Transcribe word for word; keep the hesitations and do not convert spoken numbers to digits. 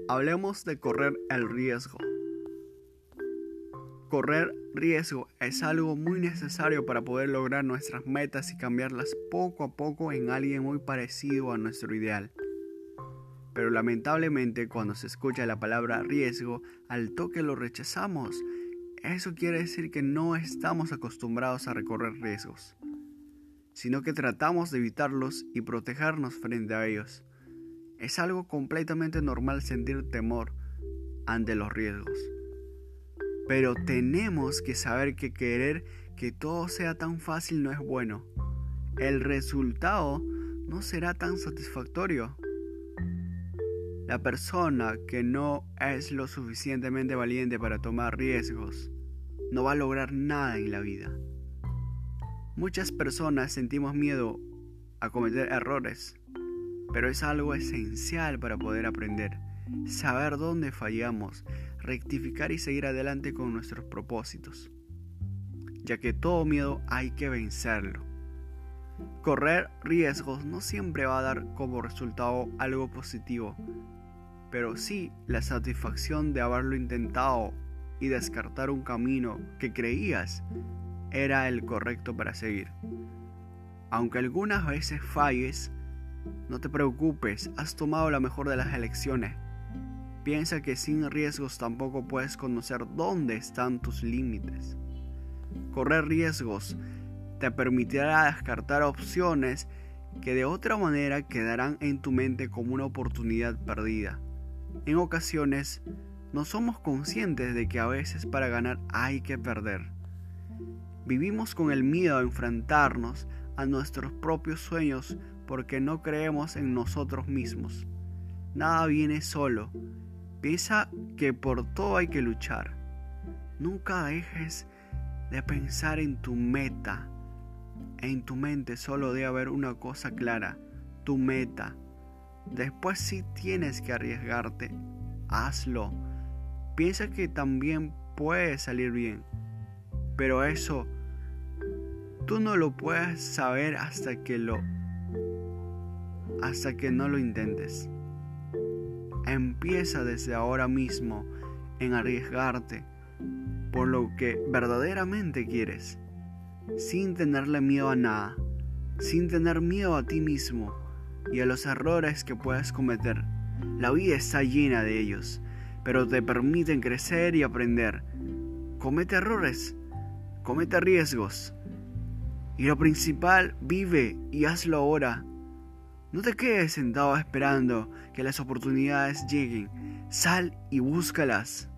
Hablemos de correr el riesgo. Correr riesgo es algo muy necesario para poder lograr nuestras metas y cambiarlas poco a poco en alguien muy parecido a nuestro ideal. Pero lamentablemente cuando se escucha la palabra riesgo, al toque lo rechazamos. Eso quiere decir que no estamos acostumbrados a recorrer riesgos, sino que tratamos de evitarlos y protegernos frente a ellos. Es algo completamente normal sentir temor ante los riesgos. Pero tenemos que saber que querer que todo sea tan fácil no es bueno. El resultado no será tan satisfactorio. La persona que no es lo suficientemente valiente para tomar riesgos no va a lograr nada en la vida. Muchas personas sentimos miedo a cometer errores, pero es algo esencial para poder aprender, saber dónde fallamos, rectificar y seguir adelante con nuestros propósitos, ya que todo miedo hay que vencerlo. Correr riesgos no siempre va a dar como resultado algo positivo, pero sí la satisfacción de haberlo intentado y descartar un camino que creías era el correcto para seguir. Aunque algunas veces falles, no te preocupes, has tomado la mejor de las elecciones. Piensa que sin riesgos tampoco puedes conocer dónde están tus límites. Correr riesgos te permitirá descartar opciones que de otra manera quedarán en tu mente como una oportunidad perdida. En ocasiones, no somos conscientes de que a veces para ganar hay que perder. Vivimos con el miedo a enfrentarnos a nuestros propios sueños porque no creemos en nosotros mismos. Nada viene solo. Piensa que por todo hay que luchar. Nunca dejes de pensar en tu meta. En tu mente solo debe haber una cosa clara, tu meta. Después sí tienes que arriesgarte. Hazlo. Piensa que también puede salir bien. Pero eso tú no lo puedes saber hasta que lo hasta que no lo intentes. Empieza desde ahora mismo en arriesgarte por lo que verdaderamente quieres, sin tenerle miedo a nada, sin tener miedo a ti mismo y a los errores que puedes cometer. La vida está llena de ellos, pero te permiten crecer y aprender. Comete errores, comete riesgos, y lo principal, vive y hazlo ahora. No te quedes sentado esperando que las oportunidades lleguen. Sal y búscalas.